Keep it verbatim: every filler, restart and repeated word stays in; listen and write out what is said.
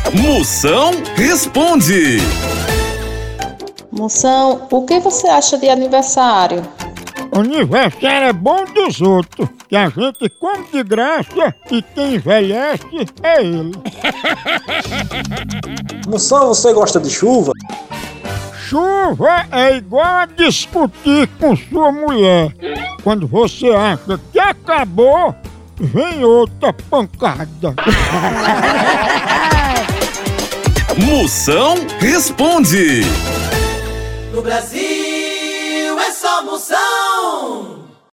Moção responde. Moção, o que você acha de aniversário? Aniversário é bom dos outros, que a gente come de graça e quem envelhece é ele. Moção, você gosta de chuva? Chuva é igual a discutir com sua mulher. Quando você acha que acabou, vem outra pancada. Moção responde. No Brasil